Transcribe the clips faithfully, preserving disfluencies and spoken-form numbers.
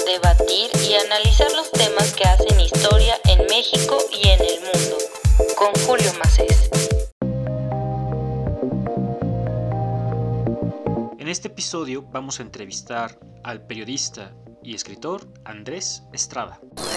debatir y analizar los temas que hacen historia en México y en el mundo. Con Julio Macés. En este episodio vamos a entrevistar al periodista y escritor Andrés Estrada.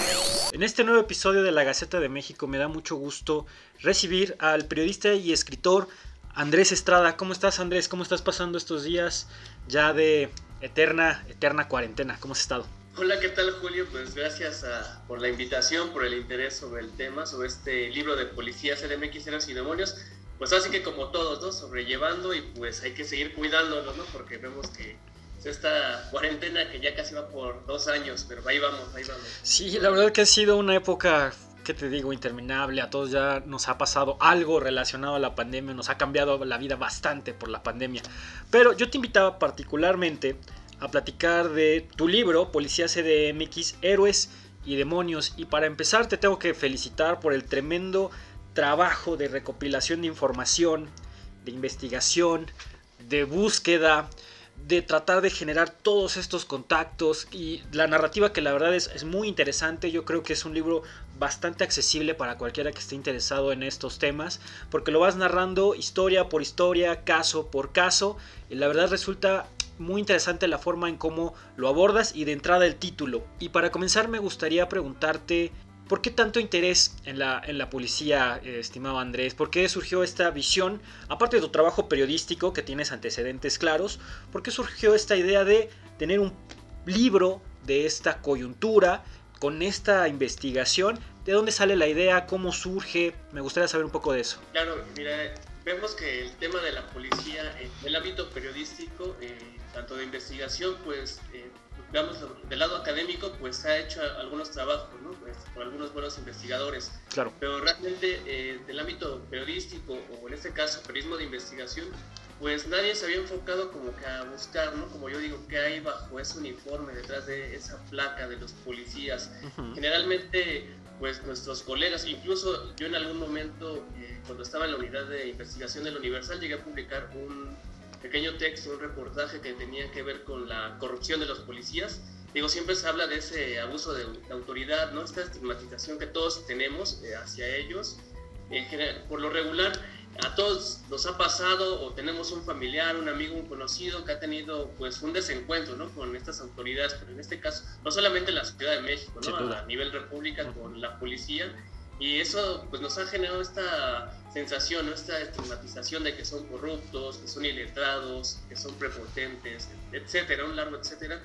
En este nuevo episodio de La Gaceta de México me da mucho gusto recibir al periodista y escritor Andrés Estrada. ¿Cómo estás, Andrés? ¿Cómo estás pasando estos días ya de eterna, eterna cuarentena? ¿Cómo has estado? Hola, ¿qué tal, Julio? Pues gracias a, por la invitación, por el interés sobre el tema, sobre este libro de Policías C D M X, Héroes y Demonios. Pues así que como todos, ¿no? Sobrellevando y pues hay que seguir cuidándonos, ¿no? Porque vemos que esta cuarentena que ya casi va por dos años, pero ahí vamos, ahí vamos. Sí, la verdad que ha sido una época, ¿qué te digo? Interminable. A todos ya nos ha pasado algo relacionado a la pandemia, nos ha cambiado la vida bastante por la pandemia. Pero yo te invitaba particularmente a platicar de tu libro, Policías C D M X, Héroes y Demonios. Y para empezar te tengo que felicitar por el tremendo trabajo de recopilación de información, de investigación, de búsqueda, de tratar de generar todos estos contactos y la narrativa que la verdad es, es muy interesante. Yo creo que es un libro bastante accesible para cualquiera que esté interesado en estos temas, porque lo vas narrando historia por historia, caso por caso, y la verdad resulta muy interesante la forma en cómo lo abordas y de entrada el título. Y para comenzar me gustaría preguntarte, ¿por qué tanto interés en la, en la policía, eh, estimado Andrés? ¿Por qué surgió esta visión? Aparte de tu trabajo periodístico, que tienes antecedentes claros, ¿por qué surgió esta idea de tener un libro de esta coyuntura, con esta investigación? ¿De dónde sale la idea? ¿Cómo surge? Me gustaría saber un poco de eso. Claro, mira, vemos que el tema de la policía en el ámbito periodístico, eh, tanto de investigación, pues... Eh, digamos, del lado académico, pues se ha hecho algunos trabajos, ¿no? Pues, por algunos buenos investigadores. Claro. Pero realmente, eh, del ámbito periodístico, o en este caso, periodismo de investigación, pues nadie se había enfocado como que a buscar, ¿no? Como yo digo, qué hay bajo ese uniforme, detrás de esa placa de los policías. Uh-huh. Generalmente, pues nuestros colegas, incluso yo en algún momento, eh, cuando estaba en la unidad de investigación del Universal, llegué a publicar un pequeño texto, un reportaje que tenía que ver con la corrupción de los policías. Digo, siempre se habla de ese abuso de, de autoridad, ¿no? Esta estigmatización que todos tenemos eh, hacia ellos. Eh, general, por lo regular, a todos nos ha pasado o tenemos un familiar, un amigo, un conocido que ha tenido pues un desencuentro, ¿no? Con estas autoridades, pero en este caso, no solamente en la Ciudad de México, ¿no? A nivel república con la policía. Y eso pues nos ha generado esta sensación, ¿no? Esta estigmatización de que son corruptos, que son iletrados, que son prepotentes, etcétera, un largo etcétera.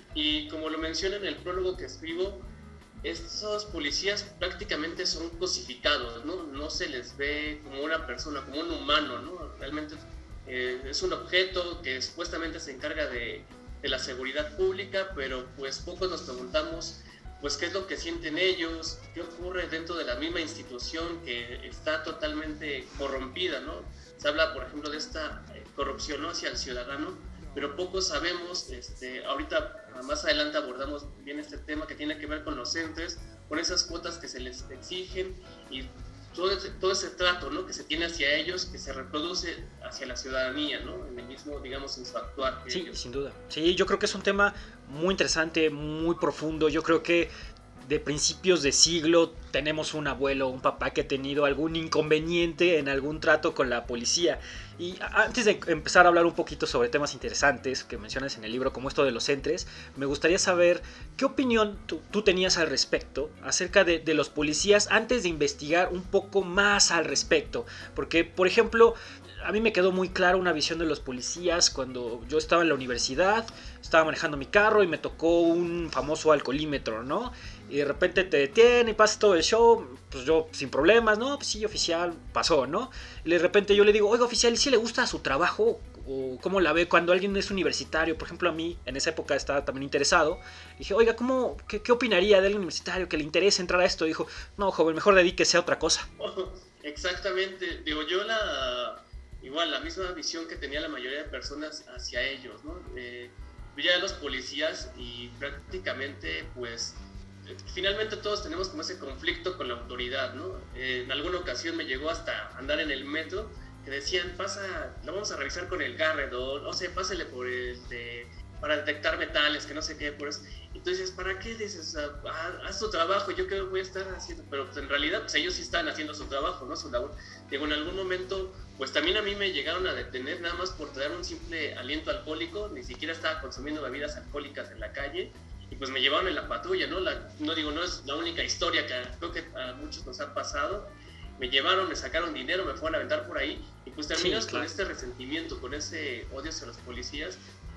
Y como lo menciona en el prólogo que escribo, estos policías prácticamente son cosificados, ¿no? No se les ve como una persona, como un humano, ¿no? Realmente eh, es un objeto que supuestamente se encarga de, de la seguridad pública, pero pues pocos nos preguntamos pues qué es lo que sienten ellos, qué ocurre dentro de la misma institución que está totalmente corrompida, ¿no? Se habla, por ejemplo, de esta corrupción, ¿no? Hacia el ciudadano, pero poco sabemos, este, ahorita más adelante abordamos bien este tema que tiene que ver con los entes, con esas cuotas que se les exigen y todo ese, todo ese trato, ¿no? Que se tiene hacia ellos, que se reproduce hacia la ciudadanía, ¿no? En el mismo, digamos, en su actuar. Sí, ellos. Sin duda. Sí, yo creo que es un tema muy interesante, muy profundo. Yo creo que de principios de siglo tenemos un abuelo, un papá que ha tenido algún inconveniente en algún trato con la policía. Y antes de empezar a hablar un poquito sobre temas interesantes que mencionas en el libro, como esto de los entres, me gustaría saber qué opinión tú, tú tenías al respecto, acerca de, de los policías, antes de investigar un poco más al respecto. Porque, por ejemplo, a mí me quedó muy clara una visión de los policías cuando yo estaba en la universidad, estaba manejando mi carro y me tocó un famoso alcoholímetro, ¿no? Y de repente te detiene y pasa todo el show, pues yo sin problemas, ¿no? Pues sí, oficial, pasó, ¿no? Y de repente yo le digo, oiga, oficial, ¿y si le gusta su trabajo? ¿O cómo la ve cuando alguien es universitario? Por ejemplo, a mí en esa época estaba también interesado. Y dije, oiga, ¿cómo, qué, ¿qué opinaría del universitario que le interese entrar a esto? Y dijo, no, joven, mejor dedíquese a otra cosa. Oh, exactamente, digo, yo la... igual, la misma visión que tenía la mayoría de personas hacia ellos, ¿no? Eh, ya los policías y prácticamente, pues, finalmente todos tenemos como ese conflicto con la autoridad, ¿no? Eh, en alguna ocasión me llegó hasta andar en el metro que decían, pasa, lo vamos a revisar con el Garrett, o no sé, pásele por el de para detectar metales, que no sé qué, por eso. Entonces, ¿para qué dices? O sea, haz tu trabajo, yo qué voy a estar haciendo, pero pues, en realidad pues ellos sí están haciendo su trabajo, ¿no? Su labor. Digo, en algún momento, pues también a mí me llegaron a detener nada más por traer un simple aliento alcohólico, ni siquiera estaba consumiendo bebidas alcohólicas en la calle, y pues me llevaron en la patrulla, ¿no? La, no digo, no es la única historia que creo que a muchos nos ha pasado. Me llevaron, me sacaron dinero, me fueron a aventar por ahí, y pues terminas sí, claro. con este resentimiento, con ese odio hacia los policías.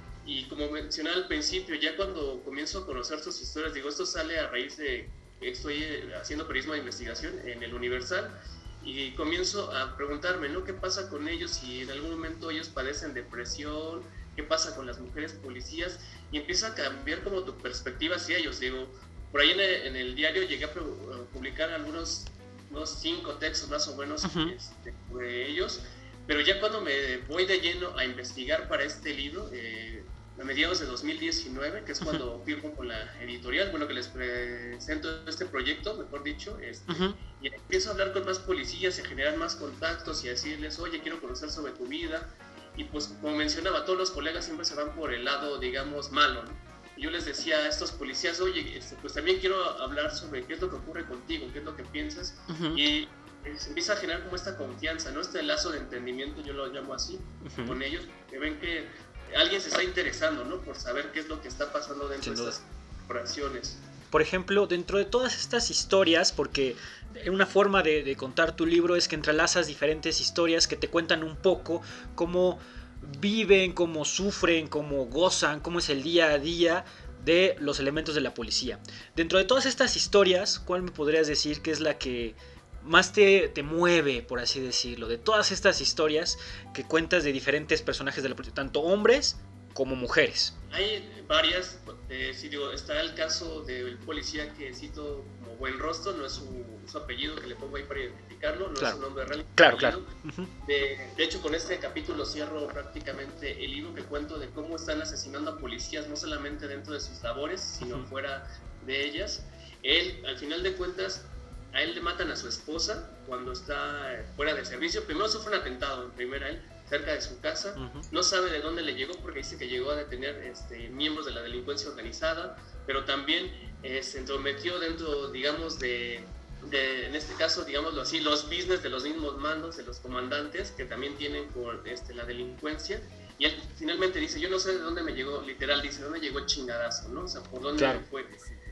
Y como mencioné al principio, ya cuando comienzo a conocer sus historias, digo, esto sale a raíz de que estoy haciendo periodismo de investigación en el Universal, y comienzo a preguntarme, ¿no? ¿Qué pasa con ellos si en algún momento ellos padecen depresión? ¿Qué pasa con las mujeres policías? Y empieza a cambiar como tu perspectiva hacia ellos. Digo, por ahí en el, en el diario llegué a publicar algunos unos cinco textos más o menos uh-huh. este, de ellos, pero ya cuando me voy de lleno a investigar para este libro, eh, a mediados de dos mil diecinueve, que es cuando uh-huh. firmo con la editorial, bueno, que les presento este proyecto, mejor dicho, este, uh-huh. y empiezo a hablar con más policías y a generar más contactos y a decirles, oye, quiero conocer sobre tu vida, y pues como mencionaba, todos los colegas siempre se van por el lado, digamos, malo, ¿no? Yo les decía a estos policías, oye, este, pues también quiero hablar sobre qué es lo que ocurre contigo, qué es lo que piensas, uh-huh. y se empieza a generar como esta confianza, ¿no? Este lazo de entendimiento, yo lo llamo así, uh-huh. con ellos, que ven que alguien se está interesando, ¿no? Por saber qué es lo que está pasando dentro de estas corporaciones. Por ejemplo, dentro de todas estas historias, porque una forma de, de contar tu libro es que entrelazas diferentes historias que te cuentan un poco cómo viven, cómo sufren, cómo gozan, cómo es el día a día de los elementos de la policía. Dentro de todas estas historias, ¿cuál me podrías decir que es la que más te, te mueve, por así decirlo? De todas estas historias que cuentas de diferentes personajes de la policía, tanto hombres como mujeres. Hay varias, eh, sí, digo, está el caso del policía que cito como Buenrostro, no es su, su apellido que le pongo ahí para identificarlo, no claro. es su nombre real. Claro, claro. Uh-huh. De, de hecho, con este capítulo cierro prácticamente el libro que cuento de cómo están asesinando a policías, no solamente dentro de sus labores, sino uh-huh. fuera de ellas. Él, al final de cuentas, a él le matan a su esposa cuando está fuera de servicio. Primero sufre un atentado, en primera él, cerca de su casa, uh-huh. no sabe de dónde le llegó porque dice que llegó a detener este, miembros de la delincuencia organizada, pero también eh, se entrometió dentro, digamos, de, de, en este caso, digámoslo así, los business de los mismos mandos, de los comandantes que también tienen con este, la delincuencia, y él finalmente dice, yo no sé de dónde me llegó, literal, dice, ¿de dónde llegó el chingadazo? ¿No? O sea, ¿por dónde claro. fue?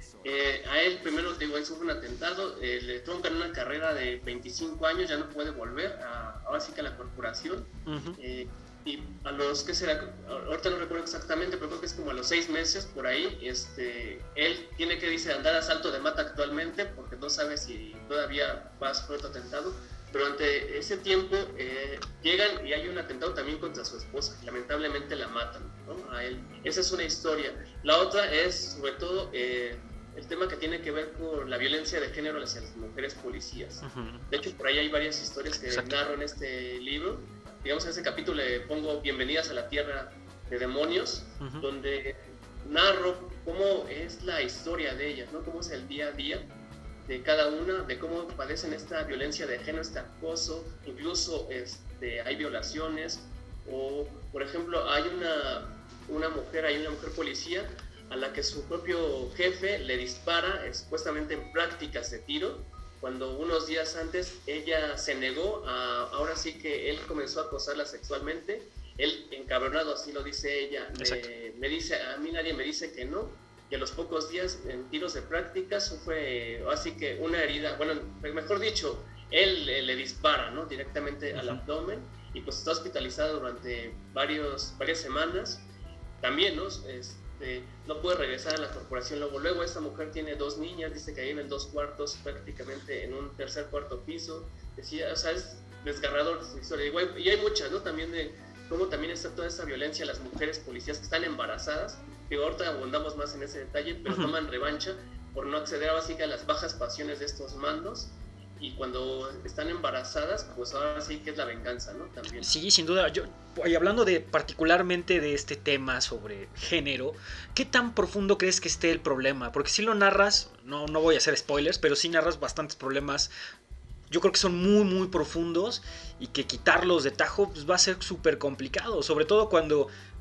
Eh, a él primero, digo, él sufre un atentado, eh, le truncan una carrera de veinticinco años, ya no puede volver a, ahora sí que a la corporación, uh-huh. eh, y a los, ¿qué será? Ahorita no recuerdo exactamente, pero creo que es como a los seis meses, por ahí, este, él tiene que, dice, andar a salto de mata actualmente, porque no sabe si todavía va a sufrir otro atentado, pero ante ese tiempo eh, llegan y hay un atentado también contra su esposa, lamentablemente la matan, ¿no? A él. Esa es una historia. La otra es, sobre todo, eh, el tema que tiene que ver con la violencia de género hacia las mujeres policías. Uh-huh. De hecho, por ahí hay varias historias que Exacto. narro en este libro. Digamos, en ese capítulo le pongo Bienvenidas a la Tierra de Demonios, uh-huh. donde narro cómo es la historia de ellas, ¿no? Cómo es el día a día de cada una, de cómo padecen esta violencia de género, este acoso, incluso este, hay violaciones, o, por ejemplo, hay una, una mujer, hay una mujer policía a la que su propio jefe le dispara, eh, supuestamente en prácticas de tiro, cuando unos días antes ella se negó, a, ahora sí que él comenzó a acosarla sexualmente, él encabronado, así lo dice ella, me, me dice, a mí nadie me dice que no, y a los pocos días en tiros de práctica sufre, así que una herida, bueno, mejor dicho, él le, le dispara, ¿no? Directamente uh-huh. al abdomen, y pues está hospitalizado durante varios, varias semanas, también, ¿no? Es, Este, no puede regresar a la corporación. Luego, luego esta mujer tiene dos niñas, dice que vive en dos cuartos, prácticamente en un tercer cuarto piso. Decía, o sea, es desgarrador su historia. Y hay muchas, ¿no? También de cómo también está toda esa violencia a las mujeres policías que están embarazadas. Digo, ahorita abundamos más en ese detalle, pero uh-huh. toman revancha por no acceder a, básicamente, a las bajas pasiones de estos mandos. Y cuando están embarazadas, pues ahora sí que es la venganza, ¿no? También. Sí, sin duda. Yo, y hablando de particularmente de este tema sobre género, ¿qué tan profundo crees que esté el problema? Porque si lo narras, no, no voy a hacer spoilers, pero sí narras bastantes problemas. Yo creo que son muy, muy profundos y que quitarlos de tajo pues, va a ser súper complicado. Sobre todo cuando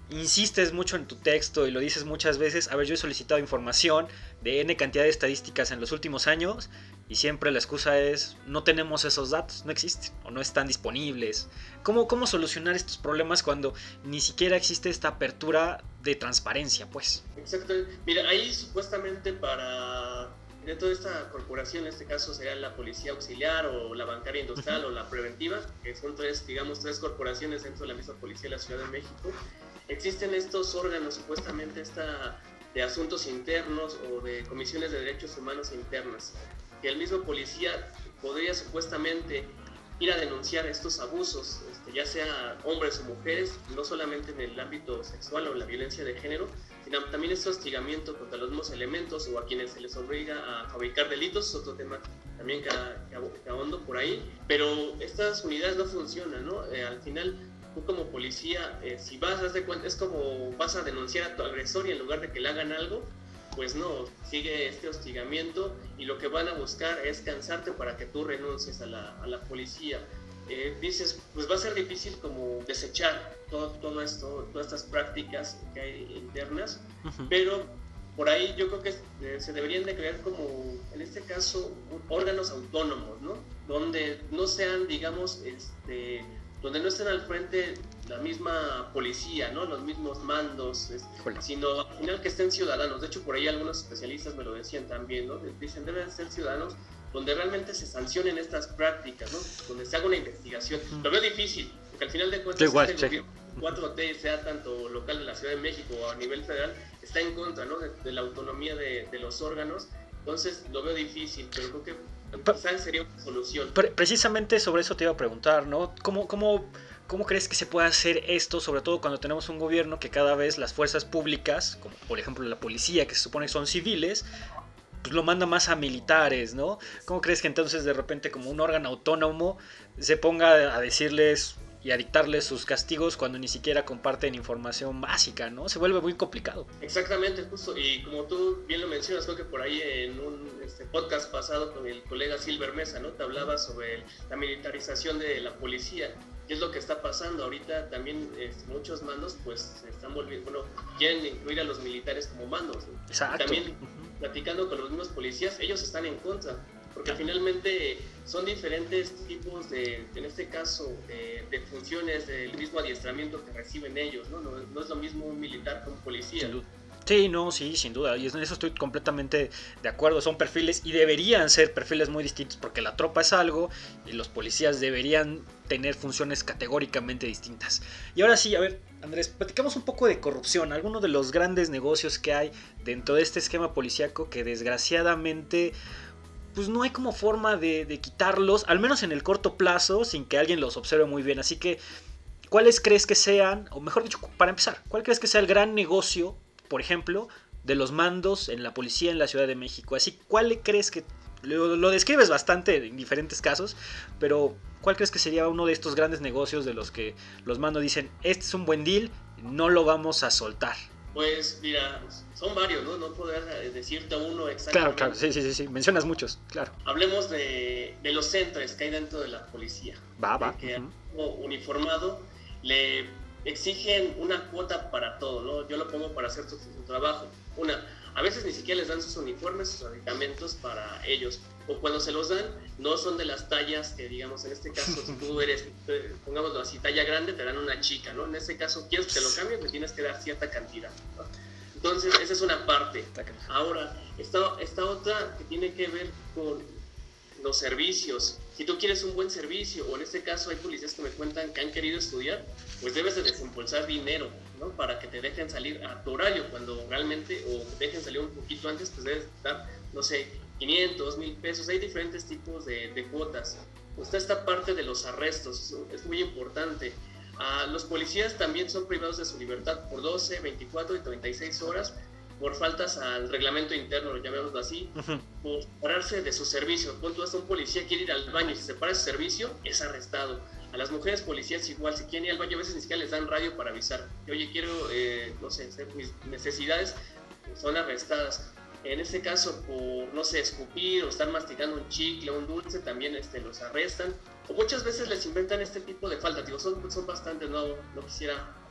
insistes mucho en tu texto y lo dices muchas veces, a ver, yo he solicitado información de N cantidad de estadísticas en los últimos años y siempre la excusa es no tenemos esos datos, no existen o no están disponibles. ¿Cómo, cómo solucionar estos problemas cuando ni siquiera existe esta apertura de transparencia, pues? Exacto. Mira, ahí supuestamente para dentro de esta corporación, en este caso sería la Policía Auxiliar o la Bancaria Industrial uh-huh. o la Preventiva, que son tres, digamos, tres corporaciones dentro de la misma Policía de la Ciudad de México. Existen estos órganos, supuestamente esta de asuntos internos o de comisiones de derechos humanos internas, que el mismo policía podría supuestamente ir a denunciar estos abusos, este, ya sea hombres o mujeres, no solamente en el ámbito sexual o la violencia de género, sino también este hostigamiento contra los mismos elementos o a quienes se les obliga a fabricar delitos, es otro tema también que, que, que ahondo por ahí, pero estas unidades no funcionan, ¿no? Eh, al final, tú como policía, eh, si vas a darte cuenta, es como vas a denunciar a tu agresor y en lugar de que le hagan algo, pues no, sigue este hostigamiento y lo que van a buscar es cansarte para que tú renuncies a la, a la policía. Eh, dices, pues va a ser difícil como desechar todo, todo esto, todas estas prácticas que hay internas, uh-huh. pero por ahí yo creo que eh, se deberían de crear como, en este caso, órganos autónomos, ¿no? Donde no sean, digamos, este... donde no estén al frente la misma policía, ¿no? Los mismos mandos, es, sino al final que estén ciudadanos. De hecho, por ahí algunos especialistas me lo decían también, ¿no? Dicen, deben ser ciudadanos donde realmente se sancionen estas prácticas, ¿no? Donde se haga una investigación. Mm. Lo veo difícil, porque al final de cuentas, igual, este gobierno cuatro T, sea tanto local de la Ciudad de México o a nivel federal, está en contra, ¿no? De, de la autonomía de, de los órganos. Entonces, lo veo difícil, pero creo que quizás sería una solución. Precisamente sobre eso te iba a preguntar, ¿no? ¿Cómo, cómo, cómo crees que se puede hacer esto, sobre todo cuando tenemos un gobierno que cada vez las fuerzas públicas, como por ejemplo la policía, que se supone que son civiles, pues lo manda más a militares, ¿no? ¿Cómo crees que entonces de repente como un órgano autónomo se ponga a decirles y a dictarles sus castigos cuando ni siquiera comparten información básica, ¿no? Se vuelve muy complicado. Exactamente, justo, y como tú bien lo mencionas, creo que por ahí en un este, podcast pasado con el colega Silver Mesa, ¿no? Te hablaba sobre la militarización de la policía, qué es lo que está pasando ahorita. También este, muchos mandos pues se están volviendo, bueno, quieren incluir a los militares como mandos, ¿no? Exacto. También uh-huh. platicando con los mismos policías, ellos están en contra, porque finalmente son diferentes tipos de, en este caso, de, de funciones, del mismo adiestramiento que reciben ellos, ¿no? No, no es lo mismo un militar que un policía. Sí, no, sí, sin duda, y en eso estoy completamente de acuerdo, son perfiles y deberían ser perfiles muy distintos porque la tropa es algo y los policías deberían tener funciones categóricamente distintas. Y ahora sí, a ver, Andrés, platicamos un poco de corrupción, algunos de los grandes negocios que hay dentro de este esquema policíaco que desgraciadamente pues no hay como forma de, de quitarlos, al menos en el corto plazo, sin que alguien los observe muy bien. Así que, ¿cuáles crees que sean, o mejor dicho, para empezar, cuál crees que sea el gran negocio, por ejemplo, de los mandos en la policía en la Ciudad de México? Así, ¿cuál crees que, lo, lo describes bastante en diferentes casos, pero cuál crees que sería uno de estos grandes negocios de los que los mandos dicen, este es un buen deal, no lo vamos a soltar? Pues mira, son varios, ¿no? No poder decirte uno exactamente. Claro, claro, sí, sí, sí, mencionas muchos, claro. Hablemos de, de los centros que hay dentro de la policía. Va, va. Que uh-huh. uniformado le exigen una cuota para todo, ¿no? Yo lo pongo para hacer su, su trabajo. Una, a veces ni siquiera les dan sus uniformes, sus aditamentos para ellos. O cuando se los dan, no son de las tallas que, digamos, en este caso, si tú eres, pongámoslo así, talla grande, te dan una chica, ¿no? En este caso, quieres que te lo cambien, te tienes que dar cierta cantidad, ¿no? Entonces, esa es una parte. Ahora, esta, esta otra que tiene que ver con los servicios. Si tú quieres un buen servicio, o en este caso hay policías que me cuentan que han querido estudiar, pues debes de desembolsar dinero, ¿no? Para que te dejen salir a tu horario, cuando realmente, o te dejen salir un poquito antes, pues debes dar, no sé, quinientos, mil pesos. Hay diferentes tipos de, de cuotas. Está esta parte de los arrestos, es muy importante. Ah, los policías también son privados de su libertad por doce, veinticuatro y treinta y seis horas por faltas al reglamento interno, lo llamémoslo así, uh-huh. por pararse de su servicio. Cuando un policía quiere ir al baño y si se para su servicio, es arrestado. A las mujeres policías igual, si quieren ir al baño, a veces ni siquiera les dan radio para avisar. Que, oye, quiero, eh, no sé, hacer mis necesidades, son arrestadas. En este caso, por, no sé, escupir o estar masticando un chicle o un dulce, también este, los arrestan. O muchas veces les inventan este tipo de faltas. Digo, son, son bastantes, no, no quisiera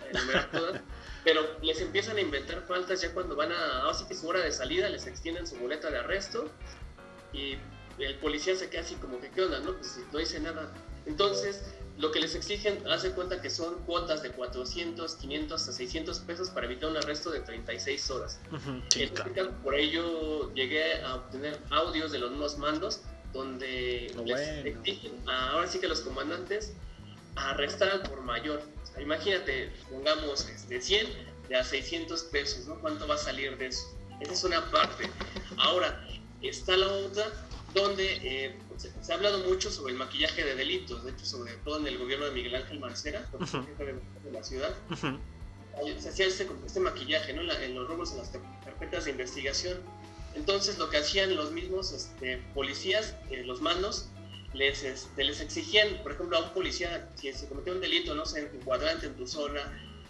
enumerar todas, pero les empiezan a inventar faltas ya cuando van a, ahora sí que su hora de salida, les extienden su boleta de arresto y el policía se queda así como que, ¿qué onda? No, pues no dice nada. Entonces, lo que les exigen, hace cuenta que son cuotas de cuatrocientos, quinientos a seiscientos pesos para evitar un arresto de treinta y seis horas. Uh-huh, sí, en este caso, por ahí yo llegué a obtener audios de los mismos mandos donde oh, les bueno. exigen, a, ahora sí que los comandantes, arrestar al por mayor. O sea, imagínate, pongamos de cien de a seiscientos pesos, ¿no? ¿Cuánto va a salir de eso? Esa es una parte. Ahora, está la otra, donde eh, se, se ha hablado mucho sobre el maquillaje de delitos, de hecho, sobre todo en el gobierno de Miguel Ángel Mancera, uh-huh. jefe de, de la ciudad, uh-huh. se hacía este, este maquillaje, ¿no? en, la, en los robos, en las carpetas de investigación. Entonces, lo que hacían los mismos este, policías, eh, los mandos, les, este, les exigían, por ejemplo, a un policía, si se cometió un delito, no sé, en tu cuadrante, en tu zona,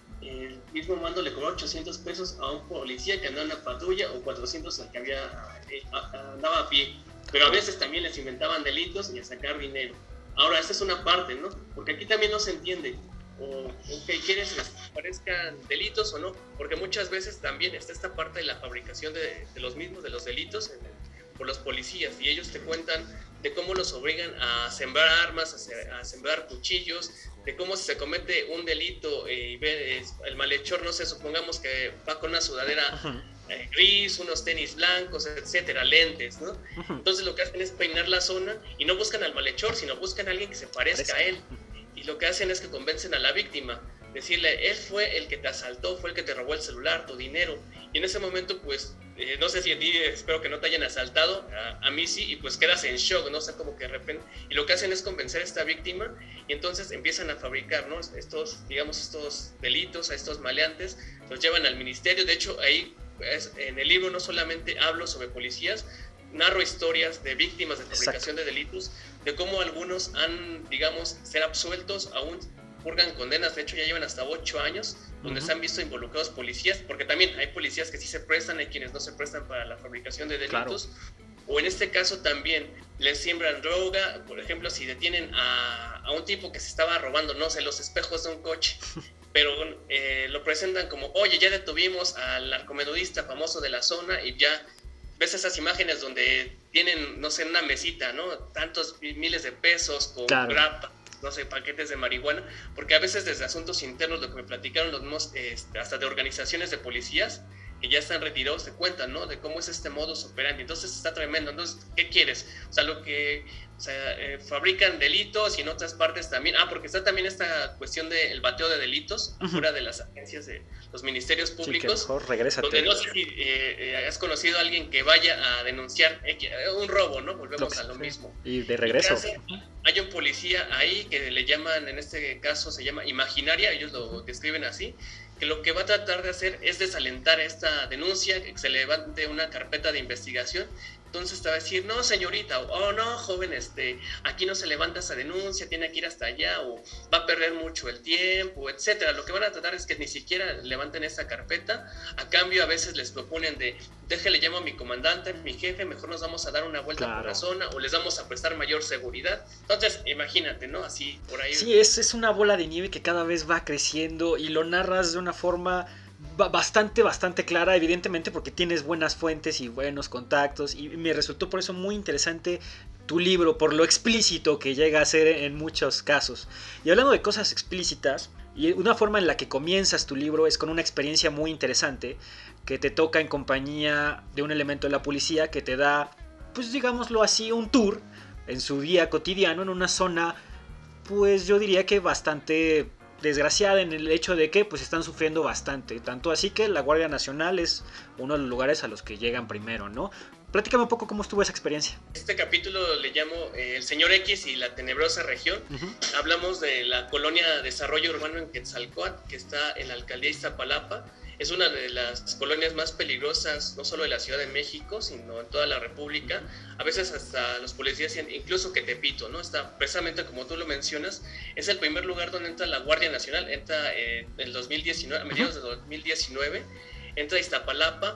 el mismo mando le cobró ochocientos pesos a un policía que andaba en una patrulla o cuatrocientos al que había, eh, andaba a pie. Pero a veces también les inventaban delitos y a sacar dinero. Ahora, esta es una parte, ¿no? Porque aquí también no se entiende. O, o que quieres que parezcan delitos o no. Porque muchas veces también está esta parte de la fabricación de, de los mismos, de los delitos, en el, por los policías. Y ellos te cuentan de cómo los obligan a sembrar armas, a, se, a sembrar cuchillos, de cómo si se comete un delito eh, y ve, eh, el malhechor, no sé, supongamos que va con una sudadera eh, gris, unos tenis blancos, etcétera, lentes, ¿no? Uh-huh. Entonces lo que hacen es peinar la zona y no buscan al malhechor, sino buscan a alguien que se parezca a él. Y lo que hacen es que convencen a la víctima, decirle, él fue el que te asaltó, fue el que te robó el celular, tu dinero. Y en ese momento, pues, eh, no sé si a ti, espero que no te hayan asaltado, a, a mí sí, y pues quedas en shock, ¿no? O sea, como que de repente, y lo que hacen es convencer a esta víctima, y entonces empiezan a fabricar, ¿no? Estos, digamos, estos delitos, a estos maleantes, los llevan al ministerio. De hecho, ahí, pues, en el libro no solamente hablo sobre policías, narro historias de víctimas de fabricación Exacto. de delitos, de cómo algunos han, digamos, ser absueltos, aún purgan condenas, de hecho ya llevan hasta ocho años, donde uh-huh. se han visto involucrados policías, porque también hay policías que sí se prestan, hay quienes no se prestan para la fabricación de delitos, claro. o en este caso también les siembran droga, por ejemplo, si detienen a, a un tipo que se estaba robando, no sé, los espejos de un coche, pero eh, lo presentan como, oye, ya detuvimos al narcomenudista famoso de la zona y ya ves esas imágenes donde tienen, no sé, en una mesita, ¿no? Tantos miles de pesos con claro. grapa, no sé, paquetes de marihuana, porque a veces desde asuntos internos, lo que me platicaron los mismos, este, hasta de organizaciones de policías, que ya están retirados, te cuentan, ¿no? De cómo es este modus operandi. Entonces está tremendo. Entonces, ¿qué quieres? O sea, lo que, o sea, eh, fabrican delitos y en otras partes también. Ah, porque está también esta cuestión del bateo de delitos, uh-huh. fuera de las agencias de los ministerios públicos. Sí, que mejor regrésate. Donde no sé si eh, eh, has conocido a alguien que vaya a denunciar eh, un robo, ¿no? Volvemos lo a lo sí. mismo. Y de regreso. Hace, hay un policía ahí que le llaman, en este caso se llama imaginaria, ellos lo describen así, que lo que va a tratar de hacer es desalentar esta denuncia, que se levante una carpeta de investigación. Entonces te va a decir, no señorita, o oh, no joven, este, aquí no se levanta esa denuncia, tiene que ir hasta allá, o va a perder mucho el tiempo, etcétera. Lo que van a tratar es que ni siquiera levanten esa carpeta. A cambio, a veces les proponen de, déjale, llamo a mi comandante, mi jefe, mejor nos vamos a dar una vuelta claro. por la zona, o les vamos a prestar mayor seguridad. Entonces, imagínate, ¿no? Así, por ahí. Sí, es, es una bola de nieve que cada vez va creciendo y lo narras de una forma bastante, bastante clara, evidentemente porque tienes buenas fuentes y buenos contactos, y me resultó por eso muy interesante tu libro, por lo explícito que llega a ser en muchos casos. Y hablando de cosas explícitas, y una forma en la que comienzas tu libro es con una experiencia muy interesante que te toca en compañía de un elemento de la policía que te da, pues digámoslo así, un tour en su día cotidiano en una zona, pues yo diría que bastante desgraciada en el hecho de que pues están sufriendo bastante, tanto así que la Guardia Nacional es uno de los lugares a los que llegan primero, ¿no? Platícame un poco cómo estuvo esa experiencia. Este capítulo le llamo eh, El Señor X y la Tenebrosa Región. Uh-huh. Hablamos de la colonia Desarrollo Urbano en Quetzalcóatl, que está en la alcaldía Iztapalapa. Es una de las colonias más peligrosas, no solo de la Ciudad de México, sino en toda la República. A veces hasta los policías decían, incluso que Tepito, ¿no? Está precisamente como tú lo mencionas, es el primer lugar donde entra la Guardia Nacional, entra eh, en el dos mil diecinueve, a mediados de dos mil diecinueve, entra a Iztapalapa,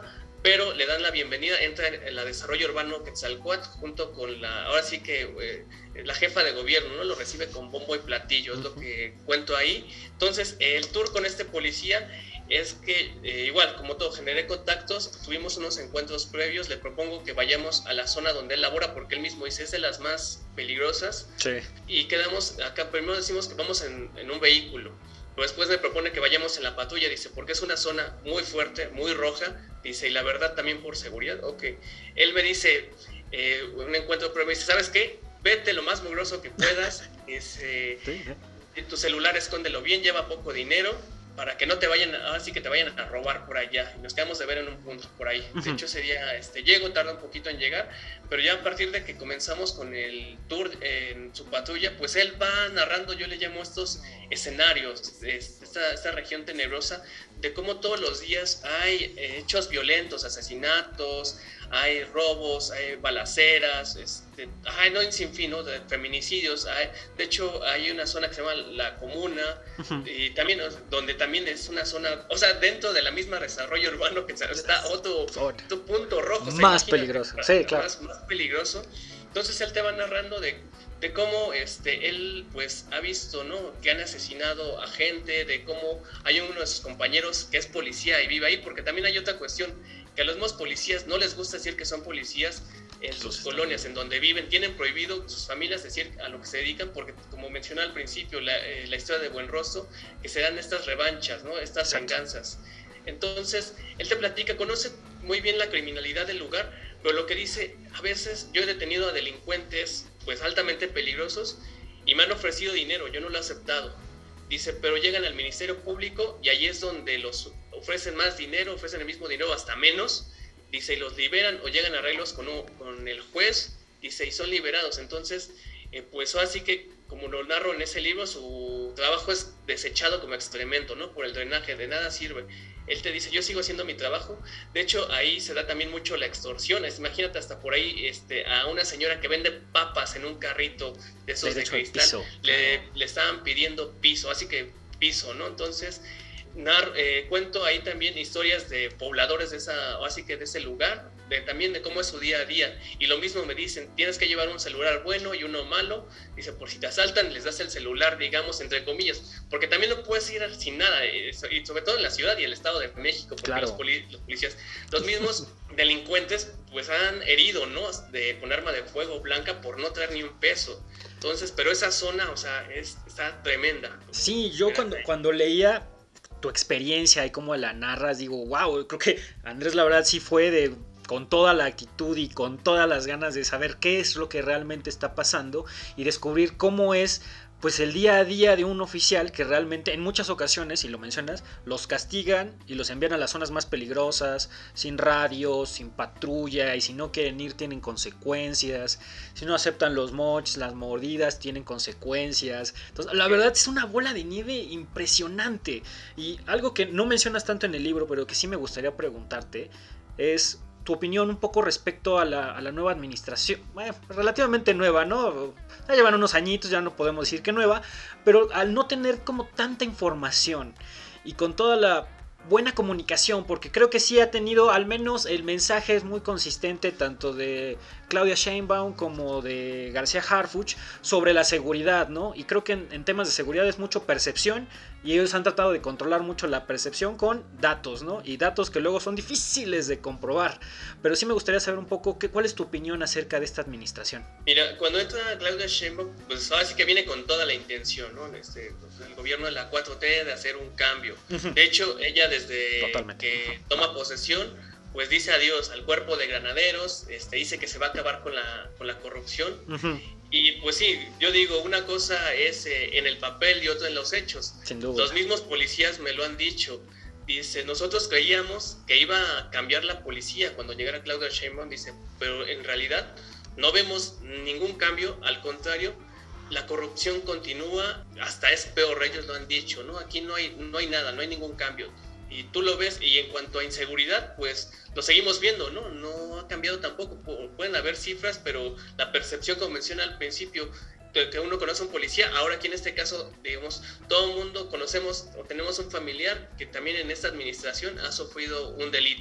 pero le dan la bienvenida, entra en la desarrollo urbano Quetzalcóatl junto con la, ahora sí que eh, la jefa de gobierno, ¿no? Lo recibe con bombo y platillo, es lo que cuento ahí. Entonces, el tour con este policía es que, eh, igual, como todo, generé contactos, tuvimos unos encuentros previos, le propongo que vayamos a la zona donde él labora, porque él mismo dice, es de las más peligrosas, sí. Y quedamos acá, primero decimos que vamos en, en un vehículo, pero después me propone que vayamos en la patrulla, dice, porque es una zona muy fuerte, muy roja, dice, y la verdad también por seguridad, ok. Él me dice, eh, un encuentro previo, dice, ¿sabes qué? Vete lo más mugroso que puedas, dice, sí. Tu celular escóndelo bien, lleva poco dinero, para que no te vayan, así que te vayan a robar por allá. Y nos quedamos de ver en un punto por ahí. De hecho, ese día este, llego, tarda un poquito en llegar, pero ya a partir de que comenzamos con el tour en su patrulla, pues él va narrando, yo le llamo estos escenarios, esta, esta región tenebrosa, de cómo todos los días hay hechos violentos, asesinatos, hay robos, hay balaceras, este, ay, no, en sin fin, ¿no? De feminicidios. Hay, de hecho, hay una zona que se llama La Comuna, uh-huh. y también, donde también es una zona, o sea, dentro de la misma desarrollo urbano que está otro, otro punto rojo. Más peligroso, sí, claro. Más, más peligroso. Entonces él te va narrando de, de cómo este, él pues ha visto, ¿no? Que han asesinado a gente, de cómo hay uno de sus compañeros que es policía y vive ahí, porque también hay otra cuestión, que a los mismos policías no les gusta decir que son policías en sus colonias, en donde viven, tienen prohibido sus familias decir a lo que se dedican, porque como mencioné al principio, la, eh, la historia de Buenrostro, que se dan estas revanchas, ¿no? Estas Exacto. venganzas. Entonces, él te platica, conoce muy bien la criminalidad del lugar, pero lo que dice, a veces yo he detenido a delincuentes pues altamente peligrosos y me han ofrecido dinero, yo no lo he aceptado. Dice, pero llegan al Ministerio Público y ahí es donde los ofrecen más dinero, ofrecen el mismo dinero, hasta menos. Dice, y los liberan o llegan a arreglos con, un, con el juez, dice, y son liberados. Entonces, eh, pues así que, como lo narro en ese libro, su trabajo es desechado como excremento, ¿no? Por el drenaje, de nada sirve. Él te dice, yo sigo haciendo mi trabajo. De hecho, ahí se da también mucho la extorsión. Imagínate hasta por ahí este, a una señora que vende papas en un carrito de esos de, de cristal. Le, le estaban pidiendo piso, así que piso, ¿no? Entonces, nar, eh, cuento ahí también historias de pobladores de esa, o así que de ese lugar, de, también de cómo es su día a día. Y lo mismo me dicen, tienes que llevar un celular bueno y uno malo. Dice, por si te asaltan, les das el celular, digamos, entre comillas, porque también no puedes ir sin nada, y sobre todo en la ciudad y el Estado de México, porque claro. los, poli- los policías, los mismos delincuentes, pues han herido, ¿no? De, con arma de fuego blanca por no traer ni un peso. Entonces, pero esa zona, o sea, es, está tremenda. Sí, yo cuando, cuando leía tu experiencia y cómo la narras, digo, wow, creo que Andrés la verdad sí fue de... con toda la actitud y con todas las ganas de saber qué es lo que realmente está pasando y descubrir cómo es pues el día a día de un oficial que realmente en muchas ocasiones, y lo mencionas, los castigan y los envían a las zonas más peligrosas, sin radio, sin patrulla, y si no quieren ir tienen consecuencias, si no aceptan los moches, las mordidas tienen consecuencias. Entonces la verdad es una bola de nieve impresionante, y algo que no mencionas tanto en el libro pero que sí me gustaría preguntarte es tu opinión un poco respecto a la, a la nueva administración, bueno, relativamente nueva, ¿no? Ya llevan unos añitos, ya no podemos decir que nueva, pero al no tener como tanta información y con toda la buena comunicación, porque creo que sí ha tenido, al menos el mensaje es muy consistente tanto de Claudia Sheinbaum como de García Harfuch sobre la seguridad, ¿no? Y creo que en, en temas de seguridad es mucho percepción y ellos han tratado de controlar mucho la percepción con datos, ¿no? Y datos que luego son difíciles de comprobar. Pero sí me gustaría saber un poco qué, cuál es tu opinión acerca de esta administración. Mira, cuando entra Claudia Sheinbaum, pues ahora sí que viene con toda la intención, ¿no? Este, pues, el gobierno de la cuatro T de hacer un cambio. Uh-huh. De hecho, ella desde Totalmente. que toma posesión, pues dice adiós al cuerpo de granaderos, este, dice que se va a acabar con la, con la corrupción. Uh-huh. Y pues sí, yo digo, una cosa es eh, en el papel y otra en los hechos. Sin duda. Los mismos policías me lo han dicho. Dice, nosotros creíamos que iba a cambiar la policía cuando llegara Claudia Sheinbaum, dice, pero en realidad no vemos ningún cambio, al contrario, la corrupción continúa, hasta es peor, ellos lo han dicho, ¿no? Aquí no hay, no hay nada, no hay ningún cambio. Y tú lo ves, y en cuanto a inseguridad, pues lo seguimos viendo, ¿no? No ha cambiado tampoco, pueden haber cifras, pero la percepción, como mencioné al principio, de que uno conoce a un policía, ahora aquí en este caso, digamos, todo el mundo conocemos o tenemos un familiar que también en esta administración ha sufrido un delito,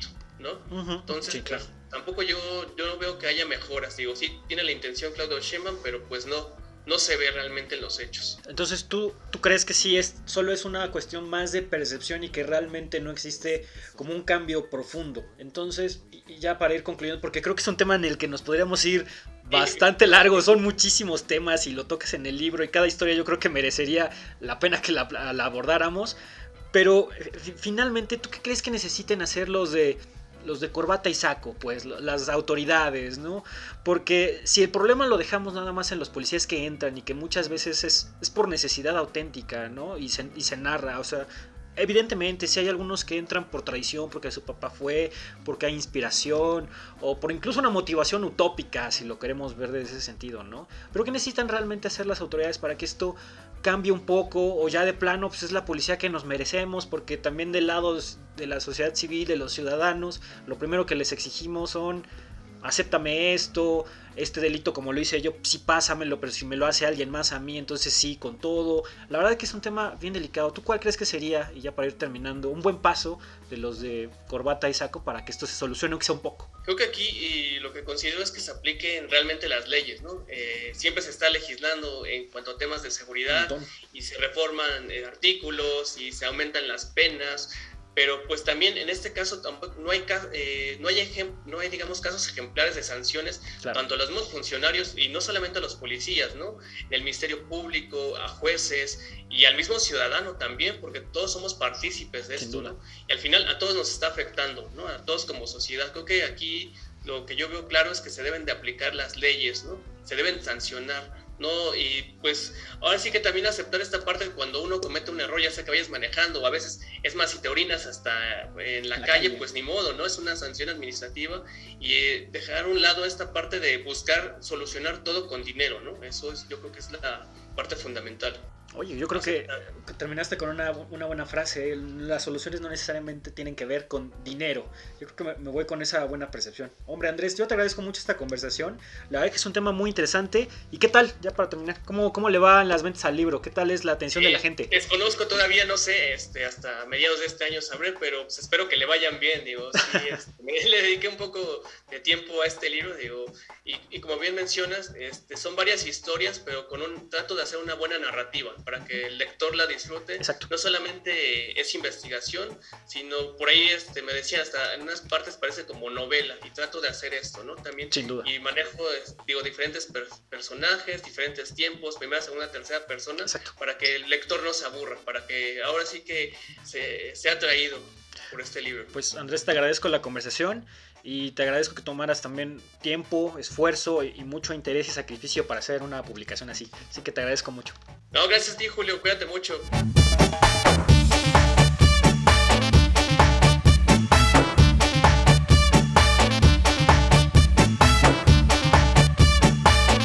¿no? Uh-huh. Entonces, sí, claro. pues, tampoco yo, yo no veo que haya mejoras, digo, sí tiene la intención Claudio Sheinbaum, pero pues no, no se ve realmente en los hechos. Entonces, ¿tú, tú crees que sí es, solo es una cuestión más de percepción y que realmente no existe como un cambio profundo? Entonces, y ya para ir concluyendo, porque creo que es un tema en el que nos podríamos ir bastante largo, son muchísimos temas y lo tocas en el libro y cada historia yo creo que merecería la pena que la, la abordáramos, pero finalmente, ¿tú qué crees que necesiten hacer los de... los de corbata y saco, pues, las autoridades, ¿no? Porque si el problema lo dejamos nada más en los policías que entran y que muchas veces es, es por necesidad auténtica, ¿no? Y se, y se narra, o sea, evidentemente si hay algunos que entran por tradición, porque su papá fue, porque hay inspiración, o por incluso una motivación utópica, si lo queremos ver desde ese sentido, ¿no? Pero ¿qué necesitan realmente hacer las autoridades para que esto cambie un poco, o ya de plano pues es la policía que nos merecemos? Porque también del lado de la sociedad civil, de los ciudadanos, lo primero que les exigimos son: acéptame esto, este delito como lo hice yo, sí pásamelo, pero si me lo hace alguien más a mí, entonces sí, con todo. La verdad es que es un tema bien delicado. ¿Tú cuál crees que sería, y ya para ir terminando, un buen paso de los de corbata y saco para que esto se solucione, aunque sea un poco? Creo que aquí y lo que considero es que se apliquen realmente las leyes, ¿no? Eh, siempre se está legislando en cuanto a temas de seguridad y se reforman eh, artículos y se aumentan las penas. Pero pues también en este caso tampoco, no hay, eh, no, hay ejem, no hay digamos casos ejemplares de sanciones, claro, tanto a los mismos funcionarios y no solamente a los policías, ¿no? En el Ministerio Público, a jueces y al mismo ciudadano también, porque todos somos partícipes de esto, ¿no? Y al final a todos nos está afectando, ¿no? A todos como sociedad. Creo que aquí lo que yo veo claro es que se deben de aplicar las leyes, ¿no? Se deben sancionar, ¿no? Y pues ahora sí que también aceptar esta parte de cuando uno comete un error, ya sea que vayas manejando o a veces, es más, si te orinas hasta en la, la calle, calle, pues ni modo, ¿no? Es una sanción administrativa y eh, dejar a un lado esta parte de buscar solucionar todo con dinero, ¿no? Eso es, yo creo que es la parte fundamental. Oye, yo creo que terminaste con una, una buena frase. Las soluciones no necesariamente tienen que ver con dinero. Yo creo que me, me voy con esa buena percepción. Hombre, Andrés, yo te agradezco mucho esta conversación. La verdad es que es un tema muy interesante. ¿Y qué tal, ya para terminar, cómo, cómo le van las ventas al libro? ¿Qué tal es la atención eh, de la gente? Desconozco todavía, no sé, este, hasta mediados de este año sabré, pero pues espero que le vayan bien, digo. Sí, este, le dediqué un poco de tiempo a este libro, digo. Y, y como bien mencionas, este, son varias historias, pero con un trato de hacer una buena narrativa, para que el lector la disfrute. Exacto. No solamente es investigación, sino por ahí este, me decían, hasta en unas partes parece como novela, y trato de hacer esto, ¿no? También. Sin duda. Y manejo, digo, diferentes per- personajes, diferentes tiempos, primera, segunda, tercera persona. Exacto. Para que el lector no se aburra, para que ahora sí que se, sea atraído por este libro. Pues Andrés, te agradezco la conversación y te agradezco que tomaras también tiempo, esfuerzo y mucho interés y sacrificio para hacer una publicación así. Así que te agradezco mucho. No, gracias a ti, Julio. Cuídate mucho.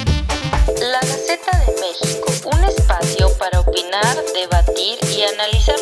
La Gaceta de México, un espacio para opinar, debatir y analizar